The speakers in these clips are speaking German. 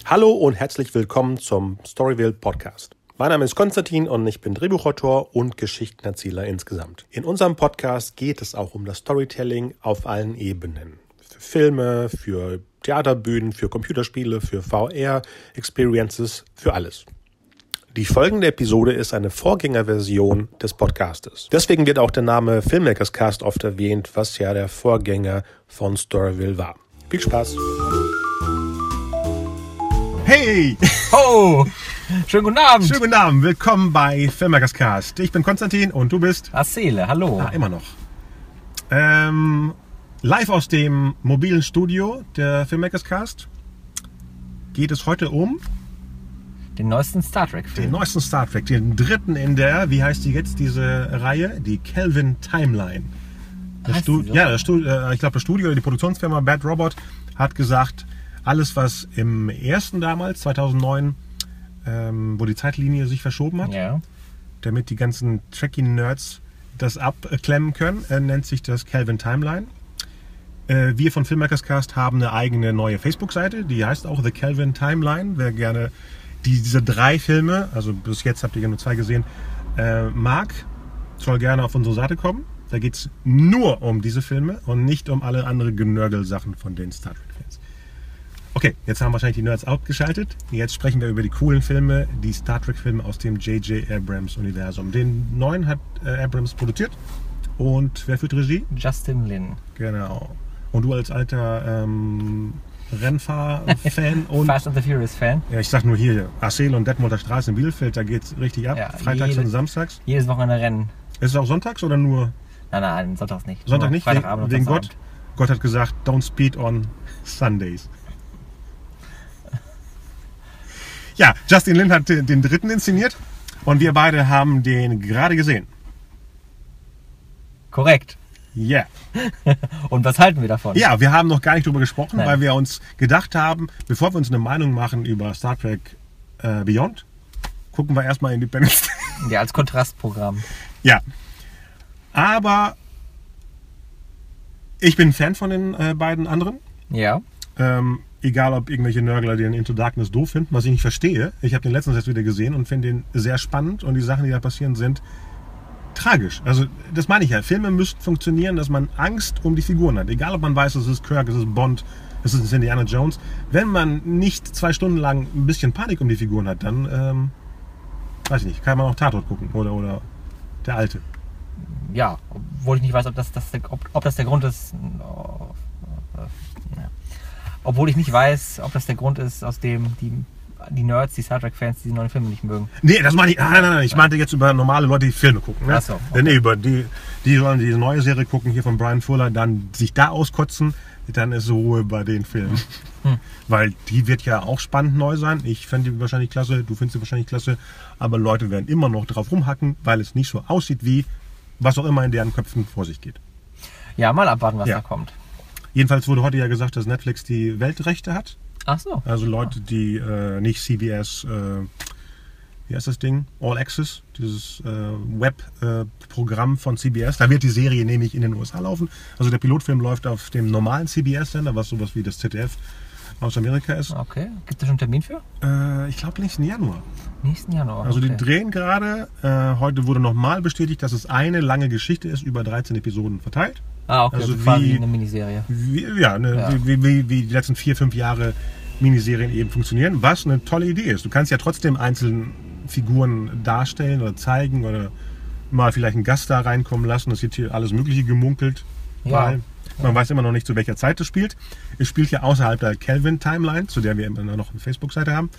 Hallo und herzlich willkommen zum Storyville Podcast. Mein Name ist Konstantin und ich bin Drehbuchautor und Geschichtenerzähler insgesamt. In unserem Podcast geht es auch um das Storytelling auf allen Ebenen. Für Filme, für Theaterbühnen, für Computerspiele, für VR-Experiences, für alles. Die folgende Episode ist eine Vorgängerversion des Podcastes. Deswegen wird auch der Name Filmmakers Cast oft erwähnt, was ja der Vorgänger von Storyville war. Viel Spaß! Hey! Oh! Schönen guten Abend! Schönen guten Abend, willkommen bei Filmmakers Cast. Ich bin Konstantin und du bist? Acele, hallo. Immer noch. Live aus dem mobilen Studio der Filmmakers Cast geht es heute um den neuesten Star Trek-Film. Den neuesten Star Trek, den dritten in der, wie heißt die jetzt, diese Reihe? Die Kelvin Timeline. Ich glaube, das Studio, die Produktionsfirma Bad Robot hat gesagt, alles, was im ersten damals, 2009, wo die Zeitlinie sich verschoben hat, damit die ganzen Trekkie-Nerds das abklemmen können, nennt sich das Kelvin Timeline. Wir von Filmmakers Cast haben eine eigene neue Facebook-Seite, die heißt auch The Kelvin Timeline. Wer gerne diese 3 Filme, also bis jetzt habt ihr ja nur 2 gesehen, mag, soll gerne auf unsere Seite kommen. Da geht es nur um diese Filme und nicht um alle anderen Genörgel-Sachen von den Star Trek-Fans. Okay, jetzt haben wahrscheinlich die Nerds abgeschaltet. Jetzt sprechen wir über die coolen Filme, die Star Trek-Filme aus dem J.J. Abrams-Universum. Den neuen hat Abrams produziert. Und wer führt Regie? Justin Lin. Genau. Und du als alter Rennfahr-Fan und... Fast and the Furious-Fan. Ja, ich sag nur hier, Acele und Detmolder Straße in Bielefeld, da geht's richtig ab. Ja, Freitags und samstags. Jedes Wochenende Rennen. Ist es auch sonntags oder nur... Nein, sonntags nicht. Sonntag nicht? Freitagabend wegen Gott? Gott hat gesagt, don't speed on Sundays. Ja, Justin Lin hat den dritten inszeniert und wir beide haben den gerade gesehen. Korrekt. Ja. Yeah. Und was halten wir davon? Ja, wir haben noch gar nicht drüber gesprochen, weil wir uns gedacht haben, bevor wir uns eine Meinung machen über Star Trek Beyond, gucken wir erstmal Independence Day. Ja, als Kontrastprogramm. Ja. Aber ich bin Fan von den beiden anderen. Ja. Egal, ob irgendwelche Nörgler den Into Darkness doof finden, was ich nicht verstehe. Ich habe den letztens erst wieder gesehen und finde den sehr spannend und die Sachen, die da passieren, sind tragisch. Also das meine ich ja. Filme müssen funktionieren, dass man Angst um die Figuren hat. Egal, ob man weiß, es ist Kirk, es ist Bond, es ist Indiana Jones. Wenn man nicht 2 Stunden lang ein bisschen Panik um die Figuren hat, dann, weiß ich nicht, kann man auch Tatort gucken oder der Alte. Ja, obwohl ich nicht weiß, ob das der Grund ist. Obwohl ich nicht weiß, ob das der Grund ist, aus dem die Nerds, die Star Trek-Fans, diese neuen Filme nicht mögen. Nee, das meine ich. Nein. Ich meinte jetzt über normale Leute, die Filme gucken. Ne? Ach so, okay. Nee, über die sollen diese neue Serie gucken, hier von Brian Fuller, dann sich da auskotzen, dann ist so Ruhe bei den Filmen. Weil die wird ja auch spannend neu sein. Ich fände die wahrscheinlich klasse, du findest sie wahrscheinlich klasse, aber Leute werden immer noch drauf rumhacken, weil es nicht so aussieht wie was auch immer in deren Köpfen vor sich geht. Ja, mal abwarten, was da kommt. Jedenfalls wurde heute ja gesagt, dass Netflix die Weltrechte hat. Ach so. Also Leute, die nicht CBS, wie heißt das Ding? All Access, dieses Web-Programm von CBS. Da wird die Serie nämlich in den USA laufen. Also der Pilotfilm läuft auf dem normalen CBS-Sender, was sowas wie das ZDF aus Amerika ist. Okay. Gibt es da schon einen Termin für? Ich glaube nächsten Januar. Nächsten Januar. Also die drehen gerade. Heute wurde nochmal bestätigt, dass es eine lange Geschichte ist, über 13 Episoden verteilt. Ah, okay, also quasi eine Miniserie. Wie die letzten 4-5 Jahre Miniserien eben funktionieren, was eine tolle Idee ist. Du kannst ja trotzdem einzelne Figuren darstellen oder zeigen oder mal vielleicht einen Gast da reinkommen lassen. Das wird hier alles Mögliche gemunkelt, weil man weiß immer noch nicht, zu welcher Zeit es spielt. Es spielt ja außerhalb der Kelvin Timeline, zu der wir immer noch eine Facebook-Seite haben.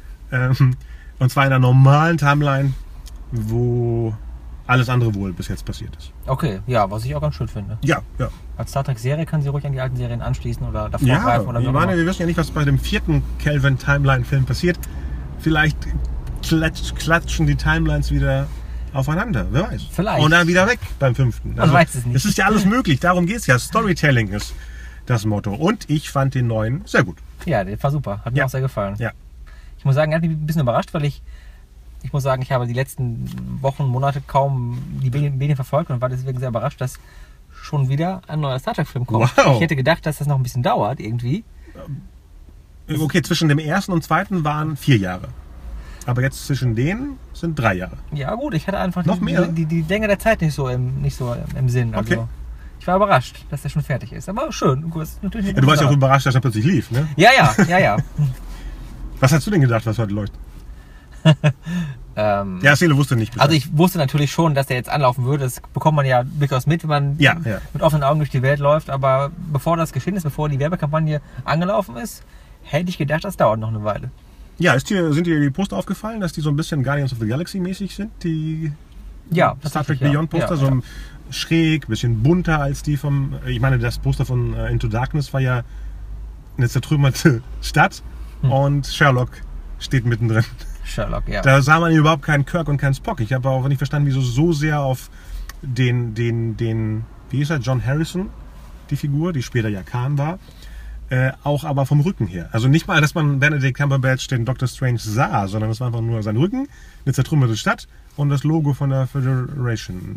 Und zwar in einer normalen Timeline, wo alles andere wohl bis jetzt passiert ist. Okay, ja, was ich auch ganz schön finde. Ja. Als Star Trek-Serie kann sie ruhig an die alten Serien anschließen oder davor greifen. Oder wir wissen ja nicht, was bei dem 4. Kelvin Timeline-Film passiert. Vielleicht klatschen die Timelines wieder aufeinander, wer weiß. Vielleicht. Und dann wieder weg beim 5. Man weiß es nicht. Es ist ja alles möglich, darum geht es ja. Storytelling ist das Motto. Und ich fand den neuen sehr gut. Ja, der war super. Hat mir auch sehr gefallen. Ja. Ich muss sagen, er hat mich ein bisschen überrascht, weil ich muss sagen, ich habe die letzten Wochen, Monate kaum die Medien verfolgt und war deswegen sehr überrascht, dass schon wieder ein neuer Star Trek-Film kommt. Wow. Ich hätte gedacht, dass das noch ein bisschen dauert irgendwie. Okay, zwischen dem ersten und zweiten waren 4 Jahre. Aber jetzt zwischen denen sind 3 Jahre. Ja gut, ich hatte einfach Noch mehr? Die Länge der Zeit nicht so im Sinn. Also, Okay. ich war überrascht, dass der schon fertig ist. Aber schön. Ist natürlich eine Ja, du gute warst ja auch Sache. überrascht, dass er plötzlich lief, ne? Ja. Was hast du denn gedacht, was heute läuft? Ja, Seele wusste nicht Bescheid. Also ich wusste natürlich schon, dass der jetzt anlaufen würde. Das bekommt man ja durchaus mit, wenn man Ja. mit offenen Augen durch die Welt läuft. Aber bevor das geschehen ist, bevor die Werbekampagne angelaufen ist, hätte ich gedacht, das dauert noch eine Weile. Ja, sind dir die Poster aufgefallen, dass die so ein bisschen Guardians of the Galaxy mäßig sind? Die Ja, Star Trek tatsächlich, Beyond Poster, so schräg, bisschen bunter als die vom... Ich meine, das Poster von Into Darkness war ja eine zertrümmerte Stadt und Sherlock steht mittendrin. Sherlock, ja. Da sah man überhaupt keinen Kirk und keinen Spock. Ich habe auch nicht verstanden, wieso so sehr auf den wie hieß er, John Harrison, die Figur, die später ja Khan war, auch aber vom Rücken her. Also nicht mal, dass man Benedict Cumberbatch den Doctor Strange sah, sondern es war einfach nur sein Rücken, eine zertrümmerte Stadt und das Logo von der Federation.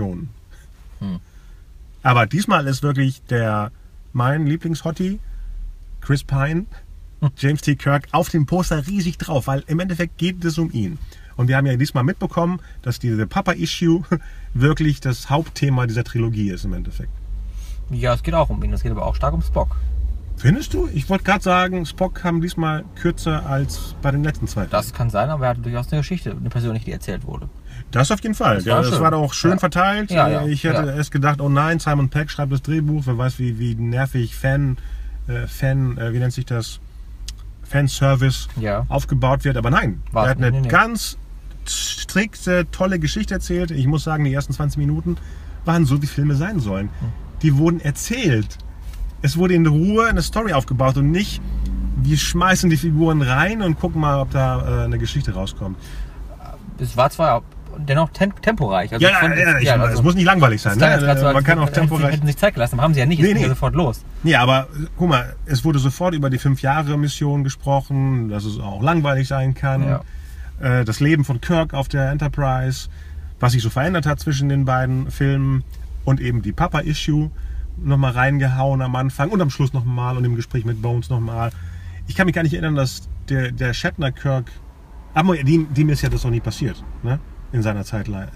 Aber diesmal ist wirklich mein Lieblingshottie, Chris Pine, James T. Kirk, auf dem Poster riesig drauf, weil im Endeffekt geht es um ihn. Und wir haben ja diesmal mitbekommen, dass diese Papa-Issue wirklich das Hauptthema dieser Trilogie ist im Endeffekt. Ja, es geht auch um ihn. Es geht aber auch stark um Spock. Findest du? Ich wollte gerade sagen, Spock kam diesmal kürzer als bei den letzten 2. Das kann sein, aber er hatte durchaus eine Geschichte, eine persönliche, die erzählt wurde. Das auf jeden Fall. Das war auch schön verteilt. Ja, ich hätte erst gedacht, oh nein, Simon Pegg schreibt das Drehbuch. Wer weiß, wie nervig wie nennt sich das? Fanservice aufgebaut wird. Aber nein, er hat eine ganz strikte, tolle Geschichte erzählt. Ich muss sagen, die ersten 20 Minuten waren so, wie Filme sein sollen. Die wurden erzählt. Es wurde in Ruhe eine Story aufgebaut und nicht, wir schmeißen die Figuren rein und gucken mal, ob da eine Geschichte rauskommt. Es war zwar dennoch temporeich. Also es muss nicht langweilig sein. Man kann auch temporeich. Hätten sich Zeit gelassen, aber haben sie ja nicht. Es ging ja sofort los. Nee, aber guck mal, es wurde sofort über die 5-Jahre-Mission gesprochen, dass es auch langweilig sein kann. Ja. Das Leben von Kirk auf der Enterprise, was sich so verändert hat zwischen den beiden Filmen und eben die Papa-Issue nochmal reingehauen am Anfang und am Schluss nochmal und im Gespräch mit Bones nochmal. Ich kann mich gar nicht erinnern, dass der Shatner-Kirk, aber dem ist ja das noch nie passiert, ne? In seiner Zeitlinie.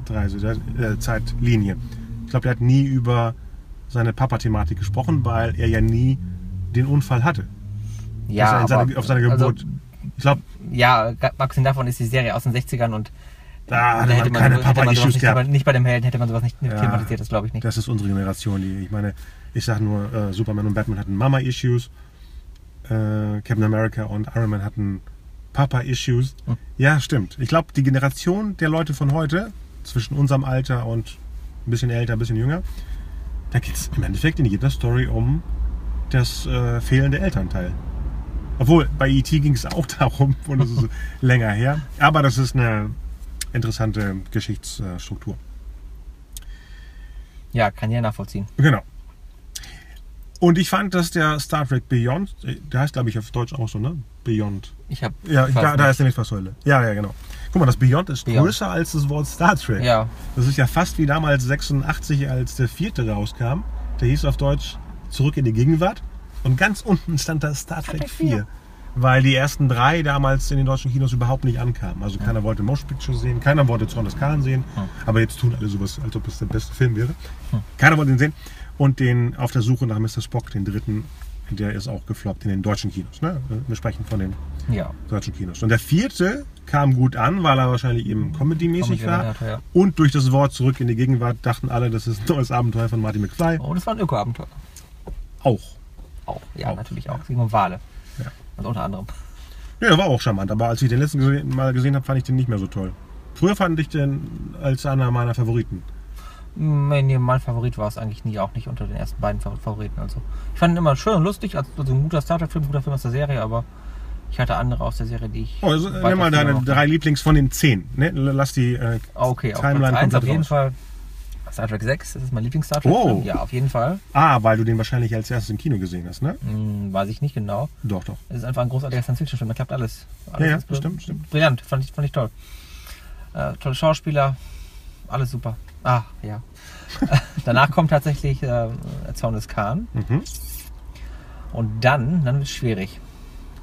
Ich glaube, der hat nie über seine Papa-Thematik gesprochen, weil er ja nie den Unfall hatte. Ja, auf seiner Geburt. Also, ich glaube. Ja, abgesehen davon ist die Serie aus den 60ern und da hätte man keine Papa-Issues gehabt. Nicht bei dem Helden hätte man sowas nicht thematisiert, das glaube ich nicht. Das ist unsere Generation. Ich sage nur, Superman und Batman hatten Mama-Issues, Captain America und Iron Man hatten Papa-Issues. Ja, stimmt. Ich glaube, die Generation der Leute von heute, zwischen unserem Alter und ein bisschen älter, ein bisschen jünger, da geht es im Endeffekt in jeder Story um das fehlende Elternteil. Obwohl, bei E.T. ging es auch darum, und das ist länger her. Aber das ist eine interessante Geschichtsstruktur. Ja, kann ja nachvollziehen. Genau. Und ich fand, dass der Star Trek Beyond, der heißt glaube ich auf Deutsch auch so, ne? Beyond. Da ist nämlich Säule. Ja, genau. Guck mal, das Beyond ist größer als das Wort Star Trek. Ja. Das ist ja fast wie damals 86, als der 4. rauskam. Der hieß auf Deutsch Zurück in die Gegenwart. Und ganz unten stand da Star Trek 4. Weil die ersten 3 damals in den deutschen Kinos überhaupt nicht ankamen. Also keiner wollte Motion Picture sehen, keiner wollte Zorn des Khan sehen. Aber jetzt tun alle sowas, als ob es der beste Film wäre. Keiner wollte ihn sehen. Und den Auf der Suche nach Mr. Spock, den 3., der ist auch gefloppt in den deutschen Kinos. Ne? Wir sprechen von den deutschen Kinos. Und der 4. kam gut an, weil er wahrscheinlich eben Comedy-mäßig war. Und durch das Wort Zurück in die Gegenwart dachten alle, das ist ein neues Abenteuer von Marty McFly. Oh, das war ein Öko-Abenteuer. Auch, natürlich auch. Es ging um Wale. Ja. Also unter anderem. Ja, der war auch charmant. Aber als ich den letzten Mal gesehen habe, fand ich den nicht mehr so toll. Früher fand ich den als einer meiner Favoriten. Nee, mein Favorit war es eigentlich nie, auch nicht unter den ersten beiden Favoriten. Also ich fand ihn immer schön und lustig, also ein guter Star Trek-Film, ein guter Film aus der Serie, aber ich hatte andere aus der Serie, die ich... Also nimm mal deine 3 Lieblings von den 10. Ne? Lass die Timeline auf jeden raus. Fall Star Trek 6, das ist mein Lieblings-Star Trek-Film. Ja, auf jeden Fall. Weil du den wahrscheinlich als erstes im Kino gesehen hast, ne? Weiß ich nicht genau. Doch. Es ist einfach ein großartiger Science-Fiction-Film, da klappt alles. Ja, stimmt. Brillant, fand ich toll. Tolle Schauspieler, alles super. Ja. Danach kommt tatsächlich Zorn des Khan. Und dann wird es schwierig.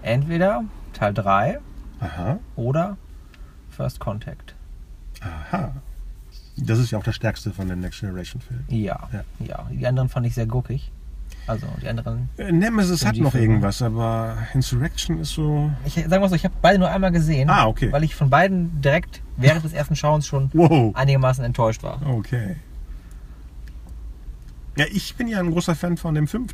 Entweder Teil 3 Aha. oder First Contact. Aha. Das ist ja auch der stärkste von den Next Generation Filmen. Ja. Die anderen fand ich sehr gurkig. Also die anderen... Nemesis hat noch Filme. irgendwas, aber Insurrection ist so... Ich sag mal so, ich habe beide nur einmal gesehen, okay. weil ich von beiden direkt während des ersten Schauens schon einigermaßen enttäuscht war. Okay. Ja, ich bin ja ein großer Fan von dem 5.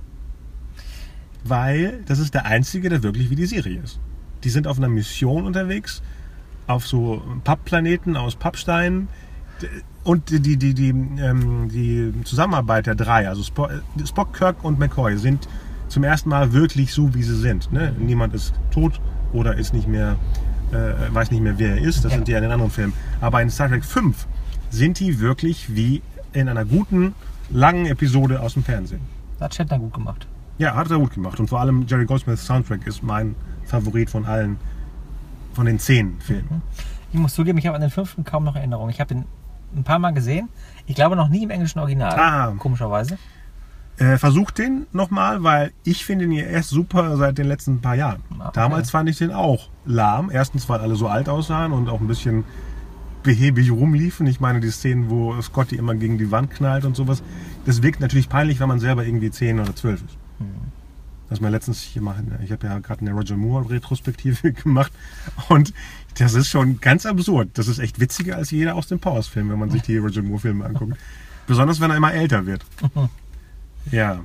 Weil das ist der einzige, der wirklich wie die Serie ist. Die sind auf einer Mission unterwegs, auf so Pappplaneten aus Pappsteinen. Und die Zusammenarbeit der drei, also Spock, Kirk und McCoy, sind zum ersten Mal wirklich so, wie sie sind. Ne? Niemand ist tot oder ist nicht mehr, weiß nicht mehr, wer er ist. Das sind die in den anderen Filmen. Aber in Star Trek 5 sind die wirklich wie in einer guten, langen Episode aus dem Fernsehen. Hat Shatner gut gemacht. Ja, hat er gut gemacht. Und vor allem Jerry Goldsmiths Soundtrack ist mein Favorit von allen, von den 10 Filmen. Ich muss zugeben, ich habe an den 5. kaum noch Erinnerung. Ich habe den ein paar Mal gesehen. Ich glaube noch nie im englischen Original, komischerweise. Versucht den nochmal, weil ich finde ihn ja erst super seit den letzten paar Jahren. Okay. Damals fand ich den auch lahm. Erstens, weil alle so alt aussahen und auch ein bisschen behäbig rumliefen. Ich meine, die Szenen, wo Scotty immer gegen die Wand knallt und sowas. Das wirkt natürlich peinlich, wenn man selber irgendwie 10 oder 12 ist. Das mir letztens hier machen. Ich habe ja gerade eine Roger Moore Retrospektive gemacht und das ist schon ganz absurd. Das ist echt witziger als jeder aus dem Powers-Film, wenn man sich die Roger Moore Filme anguckt. Besonders wenn er immer älter wird. Ja.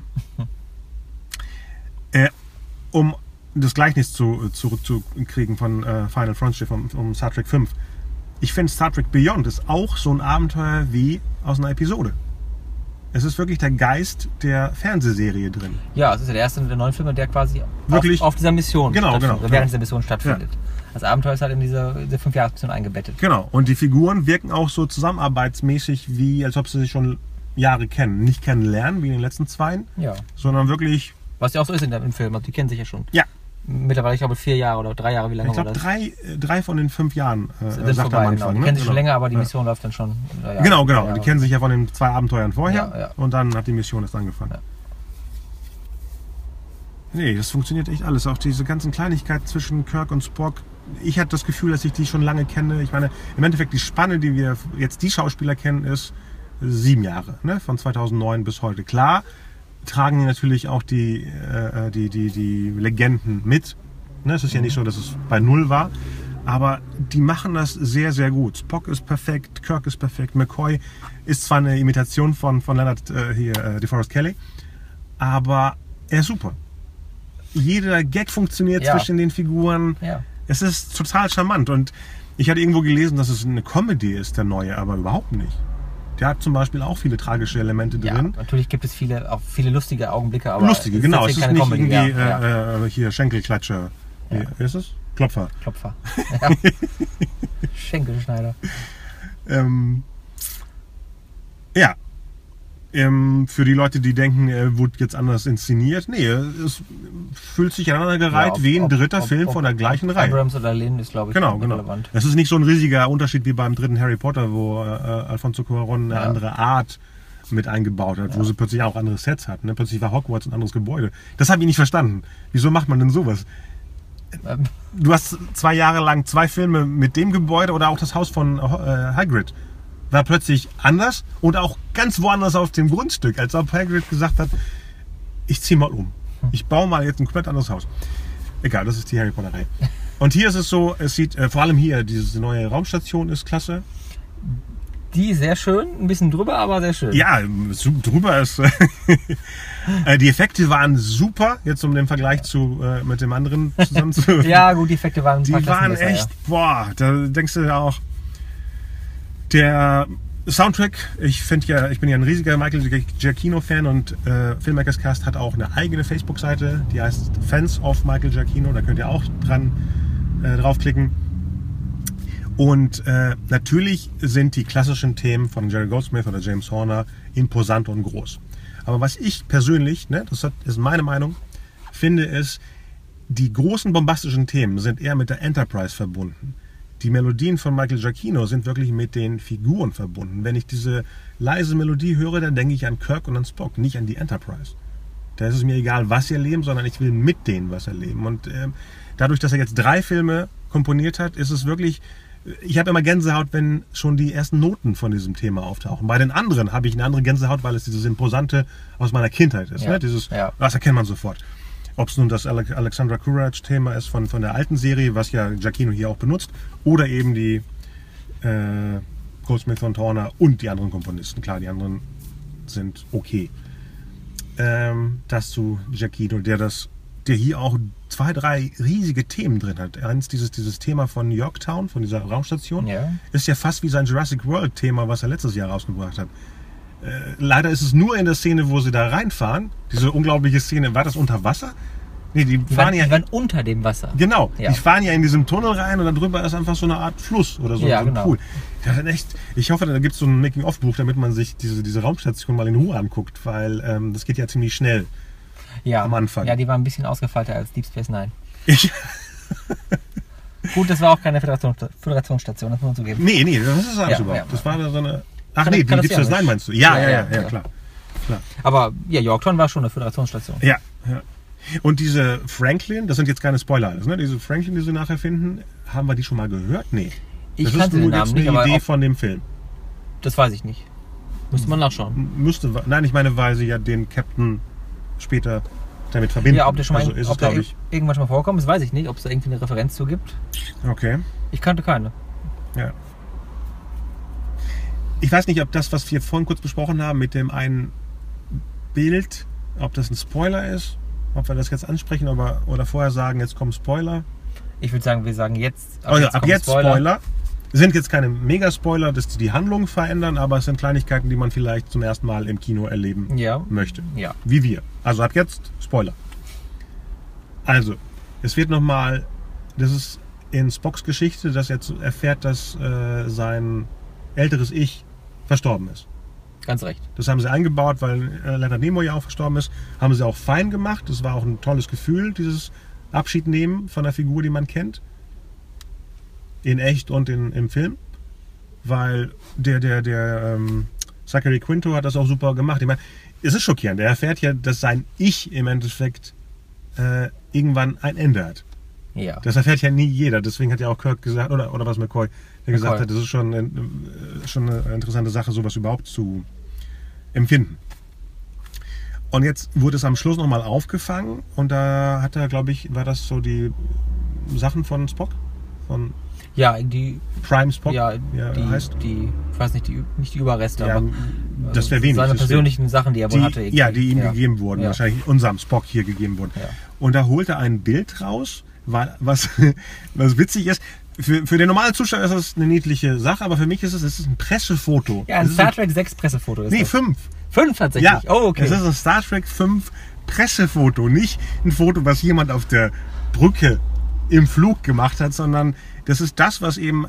Um das Gleichnis zurückzukriegen von Final Frontier, um Star Trek 5. Ich finde Star Trek Beyond ist auch so ein Abenteuer wie aus einer Episode. Es ist wirklich der Geist der Fernsehserie drin. Ja, es ist der erste der neuen Filme, der quasi wirklich auf dieser Mission während dieser Mission stattfindet. Ja. Das Abenteuer ist halt in diese 5-Jahres-Mission eingebettet. Genau. Und die Figuren wirken auch so zusammenarbeitsmäßig, wie als ob sie sich schon Jahre kennen. Nicht kennenlernen, wie in den letzten 2, sondern wirklich... Was ja auch so ist im Film, also die kennen sich ja schon. Ja. Mittlerweile, ich glaube, 4 Jahre oder 3 Jahre, wie lange war das? Ich glaube, 3 von den 5 Jahren sind sagt vorbei, am Anfang. Genau. Die kennen sich schon länger, aber die Mission läuft dann schon... Genau. Die kennen sich ja von den 2 Abenteuern vorher und dann hat die Mission erst angefangen. Ja. Nee, das funktioniert echt alles. Auch diese ganzen Kleinigkeiten zwischen Kirk und Spock. Ich hatte das Gefühl, dass ich die schon lange kenne. Ich meine, im Endeffekt die Spanne, die wir jetzt die Schauspieler kennen, ist 7 Jahre. Ne? Von 2009 bis heute. Klar tragen die natürlich auch die Legenden mit. Ne? Es ist ja nicht so, dass es bei 0 war. Aber die machen das sehr, sehr gut. Spock ist perfekt, Kirk ist perfekt, McCoy ist zwar eine Imitation von Leonard DeForest Kelley, aber er ist super. Jeder Gag funktioniert zwischen den Figuren. Ja. Es ist total charmant. Und ich hatte irgendwo gelesen, dass es eine Comedy ist, der neue, aber überhaupt nicht. Der hat zum Beispiel auch viele tragische Elemente drin. Natürlich gibt es auch viele lustige Augenblicke, aber lustige, genau. Es ist nicht Comedy, irgendwie hier Schenkelklatscher. Ja. Wie ist es? Klopfer. Ja. Schenkelschneider. Ja. Für die Leute, die denken, er wurde jetzt anders inszeniert. Nee, es fühlt sich aneinandergereiht wie ein dritter Film von der gleichen Reihe. Abrams oder Lynn ist, glaube ich, relevant. Es ist nicht so ein riesiger Unterschied wie beim 3. Harry Potter, wo Alfonso Cuarón eine andere Art mit eingebaut hat, wo sie plötzlich auch andere Sets hatten. Ne? Plötzlich war Hogwarts ein anderes Gebäude. Das habe ich nicht verstanden. Wieso macht man denn sowas? Du hast 2 Jahre lang 2 Filme mit dem Gebäude oder auch das Haus von Hagrid. War plötzlich anders und auch ganz woanders auf dem Grundstück, als ob Hagrid gesagt hat, ich ziehe mal um. Ich baue mal jetzt ein komplett anderes Haus. Egal, das ist die Harry Potter-Reihe. Und hier ist es so, es sieht, vor allem hier, diese neue Raumstation ist klasse. Die ist sehr schön, ein bisschen drüber, aber sehr schön. Ja, drüber ist... die Effekte waren super, jetzt um den Vergleich mit dem anderen zusammen zu... Ja gut, die Effekte waren Die waren besser, echt, da denkst du ja auch... Der Soundtrack, ich bin ja ein riesiger Michael Giacchino-Fan und Filmmakers Cast hat auch eine eigene Facebook-Seite, die heißt Fans of Michael Giacchino, da könnt ihr auch draufklicken. Und natürlich sind die klassischen Themen von Jerry Goldsmith oder James Horner imposant und groß. Aber was ich persönlich, das ist meine Meinung, finde, ist, die großen bombastischen Themen sind eher mit der Enterprise verbunden. Die Melodien von Michael Giacchino sind wirklich mit den Figuren verbunden. Wenn ich diese leise Melodie höre, dann denke ich an Kirk und an Spock, nicht an die Enterprise. Da ist es mir egal, was sie erleben, sondern ich will mit denen was erleben. Und dadurch, dass er jetzt 3 Filme komponiert hat, ist es wirklich... Ich habe immer Gänsehaut, wenn schon die ersten Noten von diesem Thema auftauchen. Bei den anderen habe ich eine andere Gänsehaut, weil es dieses Imposante aus meiner Kindheit ist. Ne? Das erkennt man sofort. Ob es nun das Alexandra Courage-Thema ist von der alten Serie, was ja Giacchino hier auch benutzt, oder eben die Goldsmith und Horner und die anderen Komponisten. Klar, die anderen sind okay. Das zu Giacchino, der hier auch 2, 3 riesige Themen drin hat. Eins, dieses Thema von Yorktown, von dieser Raumstation, ist ja fast wie sein Jurassic World Thema, was er letztes Jahr rausgebracht hat. Leider ist es nur in der Szene, wo sie da reinfahren. Diese unglaubliche Szene, war das unter Wasser? Nee, die waren unter dem Wasser. Genau, die fahren ja in diesem Tunnel rein und dann drüber ist einfach so eine Art Fluss oder so, so ein Pool. Ich hoffe, da gibt es so ein Making-of-Buch, damit man sich diese Raumstation mal in Ruhe anguckt, weil das geht ja ziemlich schnell. Ja, am Anfang. Ja, die war ein bisschen ausgefeilter als Deep Space Nine. Gut, das war auch keine Föderationsstation, das muss man zugeben. Nee, das ist alles überhaupt. Das war so eine... Ach nee, die Deep Space Nine meinst du? Ja, klar. Aber ja, Yorktown war schon eine Föderationsstation. Ja. Und diese Franklin, das sind jetzt keine Spoiler alles, ne? Diese Franklin, die sie nachher finden, haben wir die schon mal gehört? Nee. Ich kannte den Namen nicht, aber... Das ist eine Idee von dem Film. Das weiß ich nicht. Müsste man nachschauen. Nein, ich meine, weil sie ja den Captain später damit verbinden. Ja, ob der schon mal irgendwann schon mal vorkommt, das weiß ich nicht, ob es da irgendwie eine Referenz zu gibt. Okay. Ich kannte keine. Ja. Ich weiß nicht, ob das, was wir vorhin kurz besprochen haben, mit dem einen Bild, ob das ein Spoiler ist, ob wir das jetzt ansprechen oder vorher sagen, jetzt kommen Spoiler. Ich würde sagen, wir sagen jetzt. Ab jetzt Spoiler. Sind jetzt keine Mega-Spoiler, dass die Handlung verändern, aber es sind Kleinigkeiten, die man vielleicht zum ersten Mal im Kino erleben möchte. Ja. Wie wir. Also ab jetzt Spoiler. Also, es wird nochmal, das ist in Spocks Geschichte, dass er erfährt, dass sein älteres Ich verstorben ist. Ganz recht. Das haben sie eingebaut, weil Leonard Nimoy ja auch verstorben ist. Haben sie auch fein gemacht. Das war auch ein tolles Gefühl, dieses Abschied nehmen von der Figur, die man kennt. In echt und im Film. Weil der Zachary Quinto hat das auch super gemacht. Ich meine, es ist schockierend. Er erfährt ja, dass sein Ich im Endeffekt irgendwann ein Ende hat. Ja. Das erfährt ja nie jeder. Deswegen hat ja auch Kirk gesagt, oder was McCoy, der gesagt hat, das ist schon eine interessante Sache, sowas überhaupt zu empfinden. Und jetzt wurde es am Schluss nochmal aufgefangen und da hat er, glaube ich, war das so die Sachen von Spock? Ja, die Prime Spock, heißt. Ich weiß nicht, nicht die Überreste, aber das wäre wenig. Seine persönlichen Sachen, die er wohl hatte. Ja, die ihm gegeben wurden, wahrscheinlich unserem Spock hier gegeben wurden. Ja. Und da holt er ein Bild raus, was witzig ist. Für den normalen Zuschauer ist das eine niedliche Sache, aber für mich ist es ein Pressefoto. Ja, ein Star Trek 6 Pressefoto ist das. 5. 5 tatsächlich? Ja, okay. Es ist ein Star Trek 5 Pressefoto, nicht ein Foto, was jemand auf der Brücke im Flug gemacht hat, sondern das ist das, was eben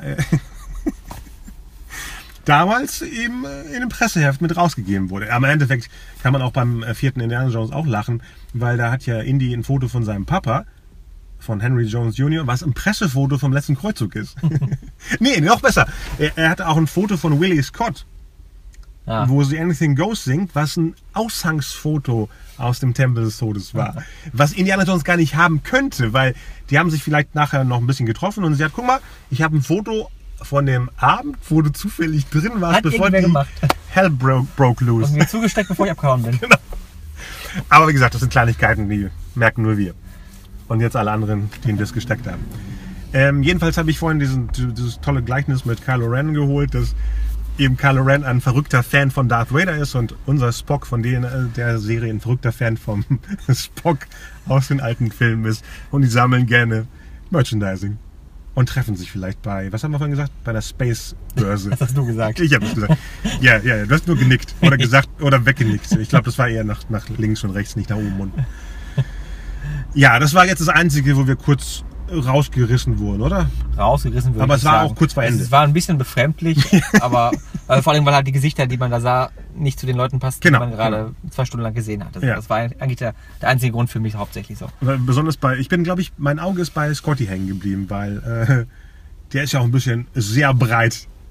damals eben in dem Presseheft mit rausgegeben wurde. Aber im Endeffekt kann man auch beim 4. Indiana Jones auch lachen, weil da hat ja Indy ein Foto von seinem Papa, von Henry Jones Jr., was ein Pressefoto vom letzten Kreuzzug ist. Nee, noch besser. Er hatte auch ein Foto von Willie Scott, wo sie Anything Goes singt, was ein Aushangsfoto aus dem Tempel des Todes war. Was Indiana Jones gar nicht haben könnte, weil die haben sich vielleicht nachher noch ein bisschen getroffen und sie hat, guck mal, ich habe ein Foto von dem Abend, wo du zufällig drin warst, bevor die Hell broke loose. Und mir zugesteckt, bevor ich abgehauen bin. Genau. Aber wie gesagt, das sind Kleinigkeiten, die merken nur wir. Und jetzt alle anderen, die ihn das gesteckt haben. Jedenfalls habe ich vorhin dieses tolle Gleichnis mit Kylo Ren geholt, dass eben Kylo Ren ein verrückter Fan von Darth Vader ist und unser Spock von der Serie ein verrückter Fan vom Spock aus den alten Filmen ist. Und die sammeln gerne Merchandising und treffen sich vielleicht bei, was haben wir vorhin gesagt? Bei der Space-Börse. Das hast du gesagt. Ich habe es gesagt. Ja, du hast nur genickt oder gesagt oder weggenickt. Ich glaube, das war eher nach links und rechts, nicht nach oben. Und ja, das war jetzt das Einzige, wo wir kurz rausgerissen wurden, oder? Rausgerissen wurden. Aber es war auch kurz vor Ende. Es war ein bisschen befremdlich, aber vor allem, weil halt die Gesichter, die man da sah, nicht zu den Leuten passten, die man gerade 2 Stunden lang gesehen hat. Das war eigentlich der einzige Grund für mich hauptsächlich so. Besonders mein Auge ist bei Scotty hängen geblieben, weil der ist ja auch ein bisschen sehr breit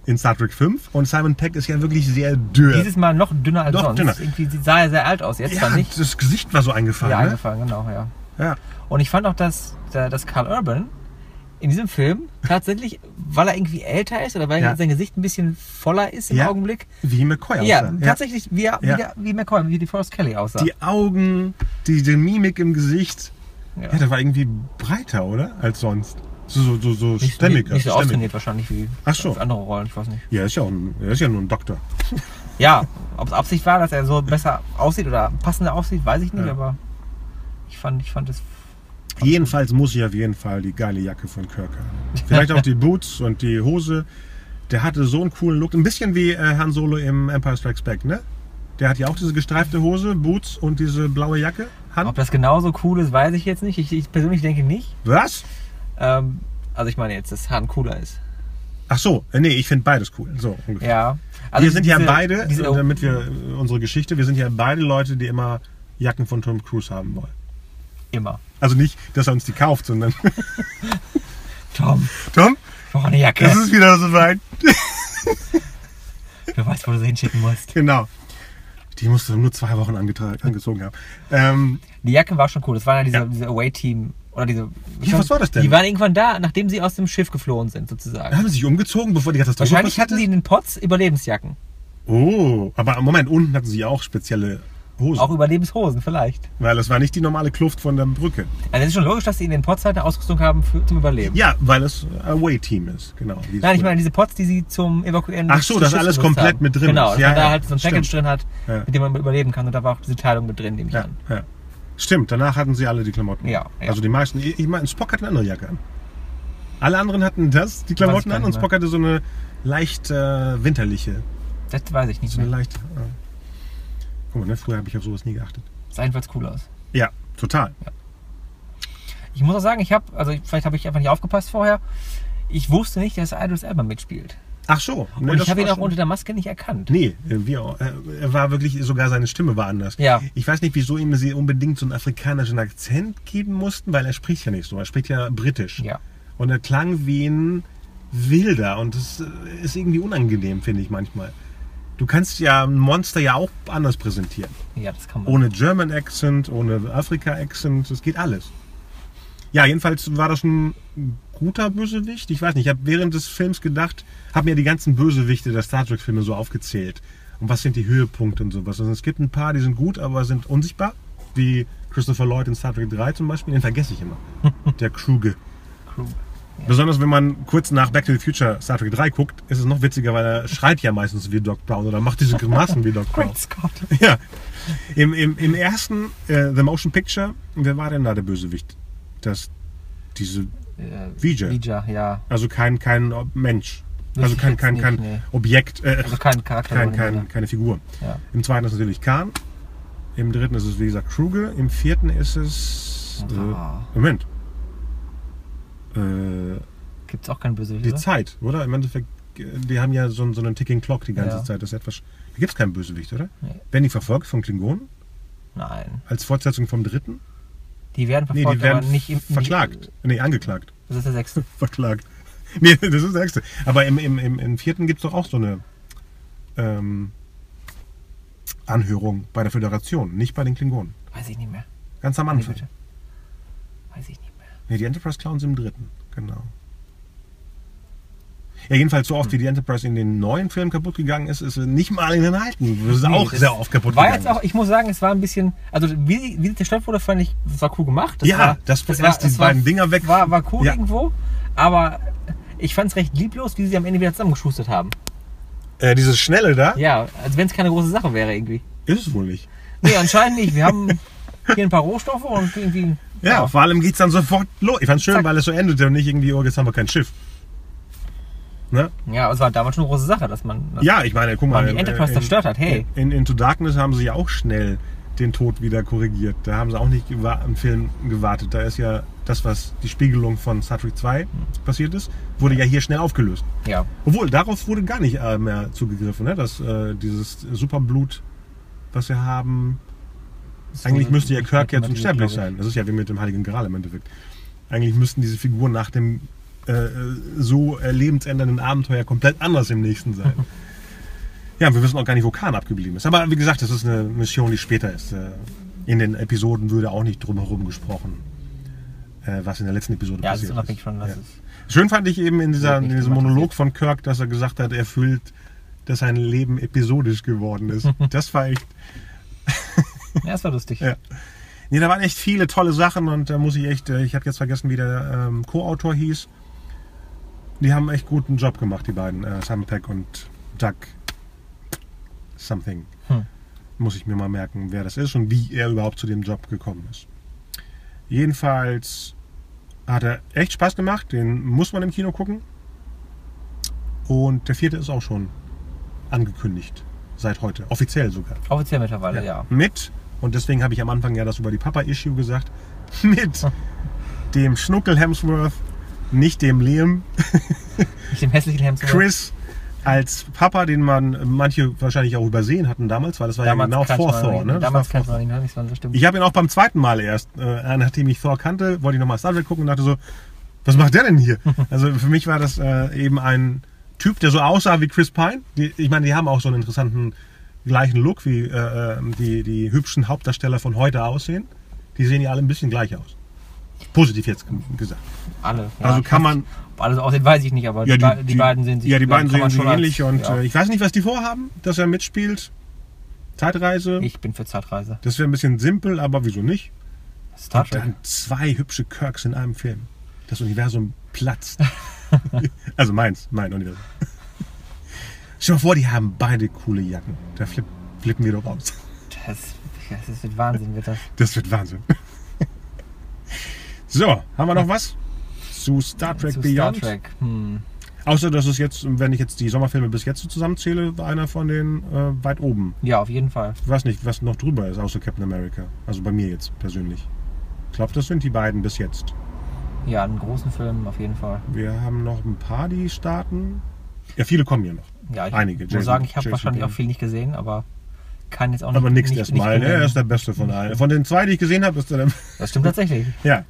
in Star Trek 5 und Simon Pegg ist ja wirklich sehr dünn. Dieses Mal noch dünner als noch sonst. Dünner. Irgendwie sah er sehr alt aus, jetzt zwar nicht. Das Gesicht war so eingefallen. Ja, ne? eingefallen, genau, ja. Ja. Und ich fand auch, dass Karl Urban in diesem Film tatsächlich, weil er irgendwie älter ist oder weil sein Gesicht ein bisschen voller ist im Augenblick. Wie McCoy aussah. Ja, tatsächlich wie McCoy, wie die Forrest Kelly aussah. Die Augen, die Mimik im Gesicht. Ja, der war irgendwie breiter, oder? Als sonst. So stämmiger. Nicht so austrainiert wahrscheinlich wie so. andere Rollen, ich weiß nicht. Ja, er ist ja nur ein Doktor. Ja, ob es Absicht war, dass er so besser aussieht oder passender aussieht, weiß ich nicht, aber ich fand es... Jedenfalls muss ich auf jeden Fall die geile Jacke von Kirk haben. Vielleicht auch die Boots und die Hose. Der hatte so einen coolen Look. Ein bisschen wie Han Solo im Empire Strikes Back, ne? Der hat ja auch diese gestreifte Hose, Boots und diese blaue Jacke. Ob das genauso cool ist, weiß ich jetzt nicht. Ich persönlich denke nicht. Was? Also ich meine jetzt, dass Han cooler ist. Ach so, nee, ich finde beides cool. So ungefähr. Ja. Also wir sind ja beide, damit wir unsere Geschichte, wir sind ja beide Leute, die immer Jacken von Tom Cruise haben wollen. Immer. Also nicht, dass er uns die kauft, sondern... Tom? Ich brauche eine Jacke. Das ist wieder so weit. Du weißt, wo du sie hinschicken musst. Genau. Die musst du nur 2 Wochen angezogen haben. Die Jacke war schon cool. Das war ja diese Away-Team. Oder diese... was war das denn? Die waren irgendwann da, nachdem sie aus dem Schiff geflohen sind, sozusagen. Haben sie sich umgezogen, bevor die Katastrophe Wahrscheinlich hatten sie in den Pods Überlebensjacken. Oh, aber Moment, unten hatten sie auch spezielle Hosen. Auch Überlebenshosen, vielleicht. Weil das war nicht die normale Kluft von der Brücke. Also es ist schon logisch, dass sie in den Pods halt eine Ausrüstung haben zum Überleben. Ja, weil es Away-Team ist, genau. Nein, ich meine diese Pods, die sie zum Evakuieren... Ach so, das alles komplett mit drin genau, ist. Genau, da halt so ein Package drin hat, mit dem man überleben kann. Und da war auch diese Teilung mit drin, nehme ich an. Ja. Stimmt, danach hatten sie alle die Klamotten. Ja. Also die meisten, ich meine, Spock hatte eine andere Jacke an. Alle anderen hatten die Klamotten an und Spock hatte so eine leicht winterliche. Das weiß ich nicht so eine leicht... Guck mal, ne, früher habe ich auf sowas nie geachtet. Sah jedenfalls cool aus. Ja, total. Ja. Ich muss auch sagen, vielleicht habe ich einfach nicht aufgepasst vorher. Ich wusste nicht, dass Idris Elba mitspielt. Ach so. Und ich habe ihn auch unter der Maske nicht erkannt. Nee, er war wirklich, sogar seine Stimme war anders. Ja. Ich weiß nicht, wieso ihm sie unbedingt so einen afrikanischen Akzent geben mussten, weil er spricht ja nicht so. Er spricht ja britisch. Ja. Und er klang wie ein Wilder und das ist irgendwie unangenehm, finde ich manchmal. Du kannst ja ein Monster ja auch anders präsentieren. Ja, das kann man. Ohne German Accent, ohne Afrika Accent, das geht alles. Ja, jedenfalls war das ein guter Bösewicht. Ich weiß nicht, ich habe während des Films gedacht, habe mir die ganzen Bösewichte der Star Trek Filme so aufgezählt. Und was sind die Höhepunkte und sowas. Also es gibt ein paar, die sind gut, aber sind unsichtbar. Wie Christopher Lloyd in Star Trek 3 zum Beispiel. Den vergesse ich immer. Der Kruge. Ja. Besonders wenn man kurz nach Back to the Future Star Trek 3 guckt, ist es noch witziger, weil er schreit ja meistens wie Doc Brown oder macht diese Grimassen wie Doc Brown. Great Scott. Ja. Im ersten The Motion Picture, wer war denn da der Bösewicht? Diese Vija, ja. Also kein Mensch. Also kein Objekt. Also kein Charakter. Keine Figur. Ja. Im zweiten ist es natürlich Khan. Im dritten ist es, wie gesagt, Kruge. Im vierten ist es... Moment. Gibt es auch keinen Bösewicht, Die oder? Zeit, oder? Im Endeffekt, die haben ja so eine Ticking Clock die ganze Zeit. Das ist etwas... Da gibt es keinen Bösewicht, oder? Nee. Werden die verfolgt von Klingonen? Nein. Als Fortsetzung vom dritten? Die werden verfolgt, die werden aber nicht verklagt. Nee, angeklagt. Das ist der 6. Verklagt. Nee, das ist der 6. Aber im 4. gibt es doch auch so eine Anhörung bei der Föderation, nicht bei den Klingonen. Weiß ich nicht mehr. Ganz am Anfang. Weiß ich nicht mehr. Nee, die Enterprise klauen sie im 3. Genau. Ja, jedenfalls so oft wie die Enterprise in den neuen Filmen kaputt gegangen ist, ist sie nicht mal in den alten. Das ist auch sehr oft kaputt gegangen. Jetzt auch, ich muss sagen, es war ein bisschen, also wie zerstört wurde, fand ich, das war cool gemacht. Das war die beiden Dinger weg. War cool irgendwo, aber ich fand es recht lieblos, wie sie am Ende wieder zusammengeschustert haben. Dieses Schnelle da? Ja, als wenn es keine große Sache wäre irgendwie. Ist es wohl nicht. Nee, anscheinend nicht. Wir haben hier ein paar Rohstoffe und irgendwie... Ja, vor allem geht es dann sofort los. Ich fand es schön, weil es so endete und nicht irgendwie, oh, jetzt haben wir kein Schiff. Ne? Ja, es war damals schon eine große Sache, dass man... Ja, ich meine, guck mal. Die Enterprise zerstört hat, hey. In Into Darkness haben sie ja auch schnell den Tod wieder korrigiert. Da haben sie auch nicht im Film gewartet. Da ist ja das, was die Spiegelung von Star Trek 2 passiert ist, wurde ja hier schnell aufgelöst. Ja. Obwohl, darauf wurde gar nicht mehr zugegriffen. Ne? Dass dieses Superblut, was wir haben... Eigentlich müsste ja Kirk jetzt unsterblich sein. Das ist ja wie mit dem Heiligen Gral im Endeffekt. Eigentlich müssten diese Figuren nach dem so lebensändernden Abenteuer komplett anders im nächsten sein. Ja, wir wissen auch gar nicht, wo Khan abgeblieben ist. Aber wie gesagt, das ist eine Mission, die später ist. In den Episoden würde auch nicht drumherum gesprochen, was in der letzten Episode passiert ist. Von, ja. Schön fand ich eben in diesem Monolog von Kirk, dass er gesagt hat, er fühlt, dass sein Leben episodisch geworden ist. Das war echt... Ja, das war lustig. Ja. Nee, da waren echt viele tolle Sachen und da muss ich echt... Ich habe jetzt vergessen, wie der Co-Autor hieß. Die haben echt guten Job gemacht, die beiden. Simon Pegg und Doug Something. Muss ich mir mal merken, wer das ist und wie er überhaupt zu dem Job gekommen ist. Jedenfalls hat er echt Spaß gemacht. Den muss man im Kino gucken. Und der 4. ist auch schon angekündigt. Seit heute. Offiziell sogar. Offiziell mittlerweile, ja. Mit, und deswegen habe ich am Anfang ja das über die Papa-Issue gesagt, mit dem Schnuckel Hemsworth, nicht dem Liam. Nicht dem hässlichen Hemsworth. Chris als Papa, den manche wahrscheinlich auch übersehen hatten damals, weil das war damals ja genau vor Thor. Ne? Damals kannte man ihn nicht so, das stimmt. Ich habe ihn auch beim zweiten Mal erst, nachdem ich Thor kannte, wollte ich nochmal Star Trek gucken und dachte so, was macht der denn hier? Also für mich war das eben ein Typ, der so aussah wie Chris Pine. Ich meine, die haben auch so einen interessanten gleichen Look, wie die hübschen Hauptdarsteller von heute aussehen. Die sehen ja alle ein bisschen gleich aus. Positiv jetzt gesagt. Alle. Ja, also kann man... Ob alles aussieht, weiß ich nicht, aber ja, die beiden sehen sich... Ja, die beiden sehen sich ähnlich und ich weiß nicht, was die vorhaben, dass er mitspielt. Zeitreise. Ich bin für Zeitreise. Das wäre ein bisschen simpel, aber wieso nicht? Star Trek. Und dann 2 hübsche Kirks in einem Film. Das Universum platzt. Also mein Universum. Stell dir mal vor, die haben beide coole Jacken. Da flippen wir doch aus. Das wird Wahnsinn, wird das. Das wird Wahnsinn. So, haben wir noch was? Zu Star Trek Beyond? Star Trek. Außer, dass es jetzt, wenn ich jetzt die Sommerfilme bis jetzt so zusammenzähle, war einer von den weit oben. Ja, auf jeden Fall. Ich weiß nicht, was noch drüber ist, außer Captain America. Also bei mir jetzt persönlich. Ich glaube, das sind die beiden bis jetzt. Ja, einen großen Film auf jeden Fall. Wir haben noch ein paar, die starten. Ja, viele kommen ja noch. Ja, ich Einige. muss sagen, ich habe wahrscheinlich auch viel nicht gesehen, aber kann jetzt auch nicht. Aber nichts erstmal, ne? Er ist der Beste von allen. Von den 2, die ich gesehen habe, ist er der. Das stimmt tatsächlich. Ja.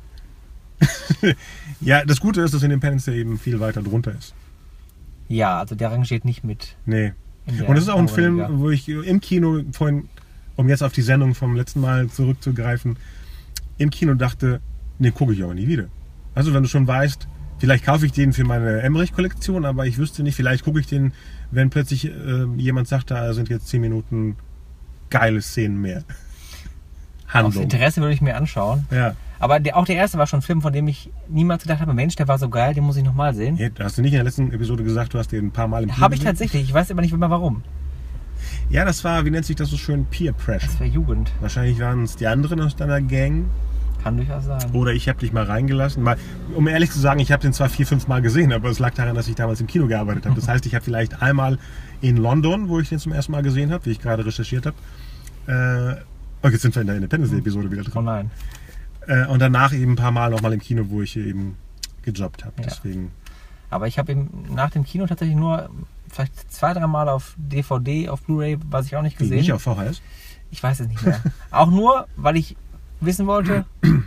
Ja, das Gute ist, dass Independence Day eben viel weiter drunter ist. Ja, also der rangiert nicht mit. Nee. Und es ist auch ein Film, wo ich im Kino vorhin, um jetzt auf die Sendung vom letzten Mal zurückzugreifen, im Kino dachte, nee, gucke ich auch nie wieder. Also wenn du schon weißt, vielleicht kaufe ich den für meine Emmerich-Kollektion, aber ich wüsste nicht, vielleicht gucke ich den, wenn plötzlich jemand sagt, da sind jetzt 10 Minuten geile Szenen mehr. Handlung. Aus Interesse würde ich mir anschauen. Ja. Aber auch der erste war schon ein Film, von dem ich niemals gedacht habe, Mensch, der war so geil, den muss ich nochmal sehen. Ja, hast du nicht in der letzten Episode gesagt, du hast den ein paar Mal im Kino Habe ich tatsächlich, ich weiß aber nicht mehr warum. Ja, das war, wie nennt sich das so schön, Peer Pressure. Das war Jugend. Wahrscheinlich waren es die anderen aus deiner Gang. Kann durchaus sein. Oder ich habe dich mal reingelassen. Um ehrlich zu sagen, ich habe den zwar 4-5 Mal gesehen, aber es lag daran, dass ich damals im Kino gearbeitet habe. Das heißt, ich habe vielleicht einmal in London, wo ich den zum ersten Mal gesehen habe, wie ich gerade recherchiert habe. Jetzt sind wir in der Independence-Episode wieder drin. Oh nein. Und danach eben ein paar Mal nochmal im Kino, wo ich eben gejobbt habe. Ja. Deswegen. Aber ich habe eben nach dem Kino tatsächlich nur vielleicht 2-3 Mal auf DVD, auf Blu-ray, was ich auch nicht gesehen. Nicht auf VHS? Ich weiß es nicht mehr. Auch nur, weil ich wissen wollte,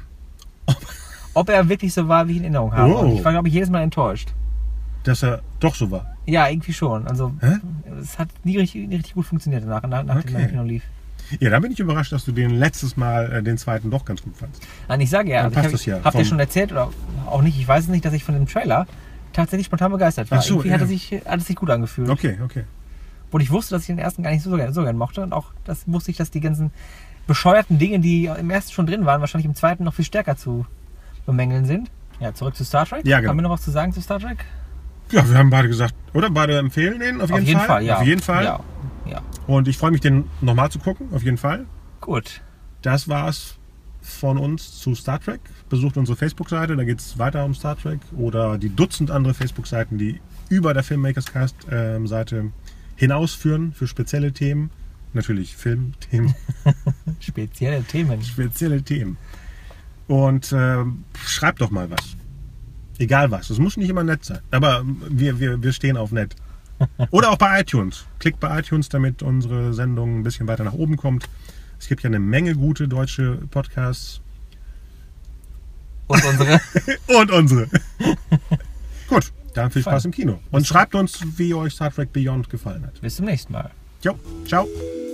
ob er wirklich so war, wie ich in Erinnerung habe. Oh. Und ich war, glaube ich, jedes Mal enttäuscht. Dass er doch so war? Ja, irgendwie schon. Also es hat nie richtig gut funktioniert nach dem Kino lief. Ja, da bin ich überrascht, dass du den letztes Mal, den zweiten, doch ganz gut fandst. Nein, ich sage ja, also habt ihr schon erzählt oder auch nicht, ich weiß es nicht, dass ich von dem Trailer tatsächlich spontan begeistert war. Ach so, irgendwie hat es sich gut angefühlt. Okay. Und ich wusste, dass ich den ersten gar nicht so gern mochte. Und auch das wusste ich, dass die ganzen bescheuerten Dinge, die im ersten schon drin waren, wahrscheinlich im zweiten noch viel stärker zu bemängeln sind. Ja, zurück zu Star Trek. Ja, genau. Haben wir noch was zu sagen zu Star Trek? Ja, wir haben beide gesagt, oder? Beide empfehlen den auf jeden Fall. Ja. Auf jeden Fall. Ja. Und ich freue mich, den nochmal zu gucken, auf jeden Fall. Gut. Das war's von uns zu Star Trek. Besucht unsere Facebook-Seite, da geht es weiter um Star Trek. Oder die Dutzend andere Facebook-Seiten, die über der Filmmakers Cast-Seite hinausführen für spezielle Themen. Natürlich Filmthemen. Spezielle Themen. Und schreibt doch mal was. Egal was. Es muss nicht immer nett sein. Aber wir stehen auf nett. Oder auch bei iTunes. Klickt bei iTunes, damit unsere Sendung ein bisschen weiter nach oben kommt. Es gibt ja eine Menge gute deutsche Podcasts. Und unsere. Und unsere. Dann viel Spaß im Kino. Und schreibt uns, wie euch Star Trek Beyond gefallen hat. Bis zum nächsten Mal. Jo, ciao.